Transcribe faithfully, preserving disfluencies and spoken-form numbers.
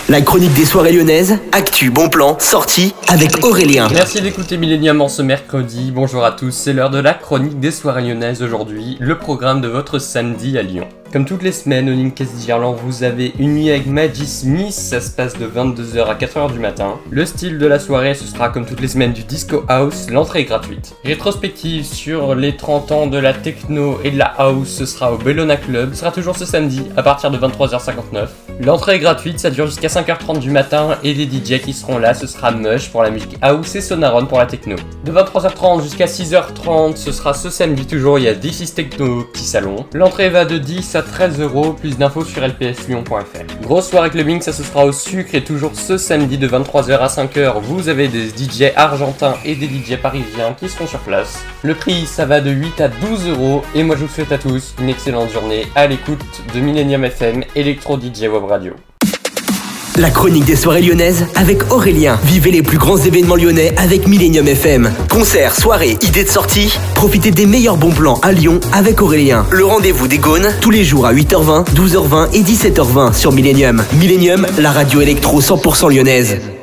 La chronique des soirées lyonnaises, actu, bon plan, sortie avec Aurélien. Merci d'écouter Millennium en ce mercredi. Bonjour à tous, c'est l'heure de la chronique des soirées lyonnaises aujourd'hui, le programme de votre samedi à Lyon. Comme toutes les semaines, au Ninkasi d'Irlande, vous avez une nuit avec Maggie Smith, ça se passe de vingt-deux heures à quatre heures du matin. Le style de la soirée, ce sera comme toutes les semaines du disco house, l'entrée est gratuite. Rétrospective sur les trente ans de la techno et de la house, ce sera au Bellona Club, ce sera toujours ce samedi à partir de vingt-trois heures cinquante-neuf. L'entrée est gratuite, ça dure jusqu'à cinq heures trente du matin et les D J qui seront là, ce sera Mush pour la musique house et Sonaron pour la techno. De vingt-trois heures trente jusqu'à six heures trente, ce sera ce samedi toujours, il y a This is Techno, petit salon. L'entrée va de dix à treize euros, plus d'infos sur l p s lyon point f r. Grosse soirée clubbing, ça ce sera au Sucre et toujours ce samedi de vingt-trois heures à cinq heures, vous avez des D J argentins et des D J parisiens qui seront sur place. Le prix, ça va de huit à douze euros et moi je vous souhaite à tous une excellente journée à l'écoute de Millennium F M, Electro D J Web Radio. La chronique des soirées lyonnaises avec Aurélien. Vivez les plus grands événements lyonnais avec Millennium F M. Concerts, soirées, idées de sortie. Profitez des meilleurs bons plans à Lyon avec Aurélien. Le rendez-vous des Gaunes, tous les jours à huit heures vingt, douze heures vingt et dix-sept heures vingt sur Millennium. Millennium, la radio électro cent pour cent lyonnaise.